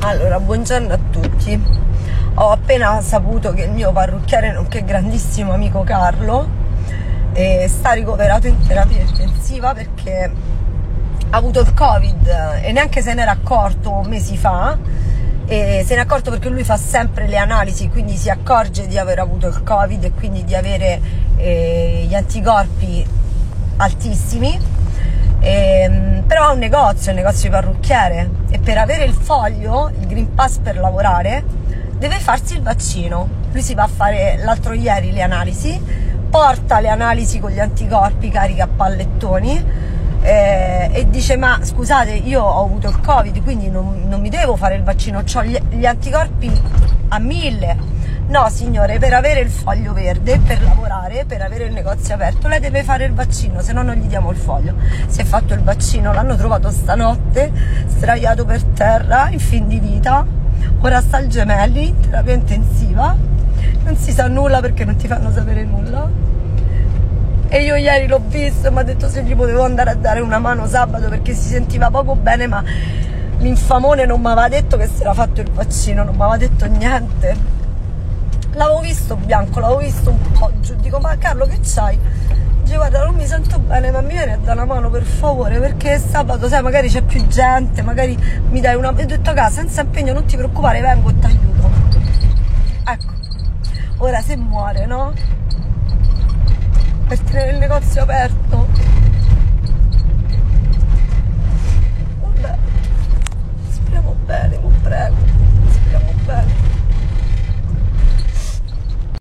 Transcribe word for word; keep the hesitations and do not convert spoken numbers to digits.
Allora, buongiorno a tutti. Ho appena saputo che il mio parrucchiere, nonché grandissimo amico Carlo, eh, sta ricoverato in terapia intensiva perché ha avuto il Covid e neanche se n'era accorto mesi fa. E se n'è accorto perché lui fa sempre le analisi, quindi si accorge di aver avuto il Covid e quindi di avere eh, gli anticorpi altissimi. E, però ha un negozio, un negozio di parrucchiere, e per avere il foglio, il Green Pass per lavorare, deve farsi il vaccino. Lui si va a fare l'altro ieri le analisi, porta le analisi con gli anticorpi, carica a pallettoni, eh, e dice: ma scusate, io ho avuto il Covid, quindi non, non mi devo fare il vaccino, ho gli, gli anticorpi a mille. No signore, per avere il foglio verde, per lavorare, per avere il negozio aperto, lei deve fare il vaccino, se no non gli diamo il foglio. Si è fatto il vaccino, l'hanno trovato stanotte, sdraiato per terra, in fin di vita, ora sta al Gemelli, in terapia intensiva, non si sa nulla perché non ti fanno sapere nulla. E io ieri l'ho visto e mi ha detto se gli potevo andare a dare una mano sabato perché si sentiva poco bene, ma l'infamone non mi aveva detto che si era fatto il vaccino, non mi aveva detto niente. L'avevo visto bianco, l'avevo visto un po' giù, dico: ma Carlo, che c'hai? Dice: guarda, non mi sento bene, ma mi vieni a dare una mano per favore, perché sabato, sai, magari c'è più gente, magari mi dai una... E ho detto: casa, senza impegno, non ti preoccupare, vengo e ti aiuto. Ecco, ora se muore, no? Per tenere il negozio aperto,